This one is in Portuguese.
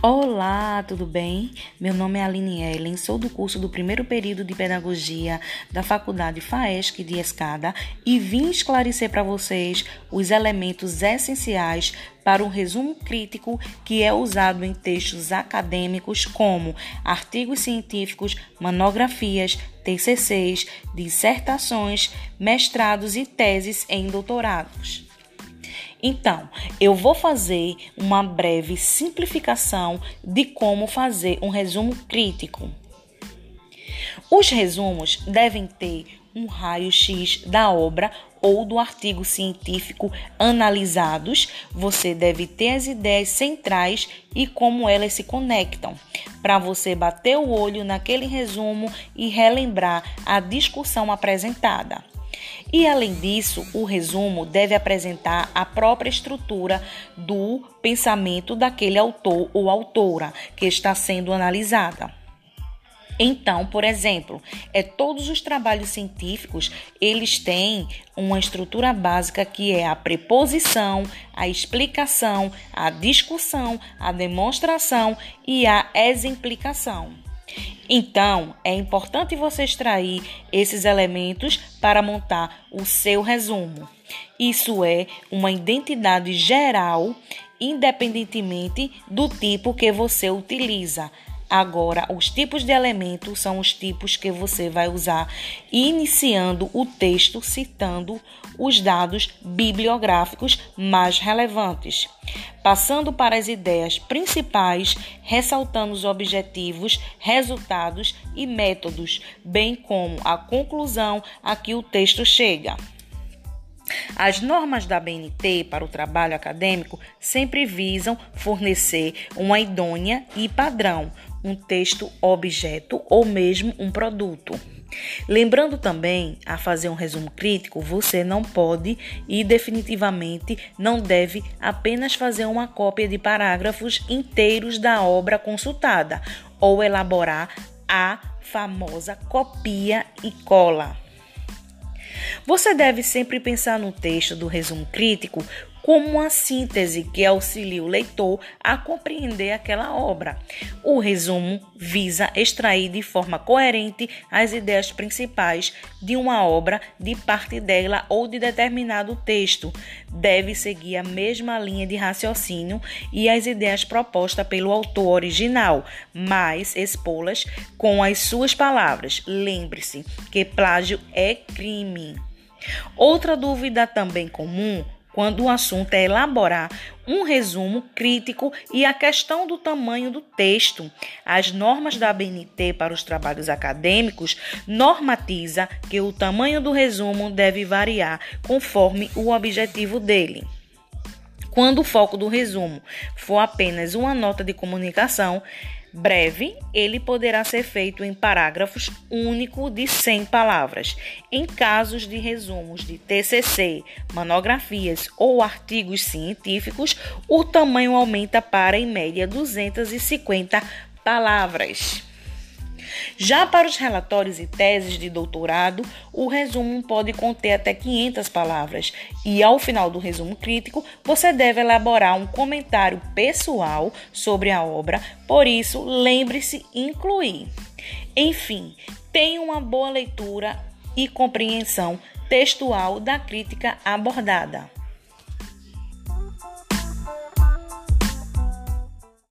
Olá, tudo bem? Meu nome é Aline Ellen, sou do curso do primeiro período de Pedagogia da Faculdade FAESC de Escada e vim esclarecer para vocês os elementos essenciais para um resumo crítico que é usado em textos acadêmicos como artigos científicos, monografias, TCCs, dissertações, mestrados e teses em doutorados. Então, eu vou fazer uma breve simplificação de como fazer um resumo crítico. Os resumos devem ter um raio-x da obra ou do artigo científico analisados. Você deve ter as ideias centrais e como elas se conectam, para você bater o olho naquele resumo e relembrar a discussão apresentada. E, além disso, o resumo deve apresentar a própria estrutura do pensamento daquele autor ou autora que está sendo analisada. Então, por exemplo, todos os trabalhos científicos, eles têm uma estrutura básica que é a preposição, a explicação, a discussão, a demonstração e a exemplificação. Então, é importante você extrair esses elementos para montar o seu resumo. Isso é uma identidade geral, independentemente do tipo que você utiliza. Agora, os tipos de elementos são os tipos que você vai usar, iniciando o texto citando os dados bibliográficos mais relevantes, passando para as ideias principais, ressaltando os objetivos, resultados e métodos, bem como a conclusão a que o texto chega. As normas da ABNT para o trabalho acadêmico sempre visam fornecer uma idônea e padrão, um texto objeto ou mesmo um produto. Lembrando também, a fazer um resumo crítico, você não pode e definitivamente não deve apenas fazer uma cópia de parágrafos inteiros da obra consultada ou elaborar a famosa copia e cola. Você deve sempre pensar no texto do resumo crítico como uma síntese que auxilia o leitor a compreender aquela obra. O resumo visa extrair de forma coerente as ideias principais de uma obra, de parte dela ou de determinado texto. Deve seguir a mesma linha de raciocínio e as ideias propostas pelo autor original, mas expô-las com as suas palavras. Lembre-se que plágio é crime. Outra dúvida também comum quando o assunto é elaborar um resumo crítico e a questão do tamanho do texto. As normas da ABNT para os trabalhos acadêmicos normatiza que o tamanho do resumo deve variar conforme o objetivo dele. Quando o foco do resumo for apenas uma nota de comunicação breve, ele poderá ser feito em parágrafos único de 100 palavras. Em casos de resumos de TCC, monografias ou artigos científicos, o tamanho aumenta para, em média, 250 palavras. Já para os relatórios e teses de doutorado, o resumo pode conter até 500 palavras e, ao final do resumo crítico, você deve elaborar um comentário pessoal sobre a obra, por isso, lembre-se incluir. Enfim, tenha uma boa leitura e compreensão textual da crítica abordada.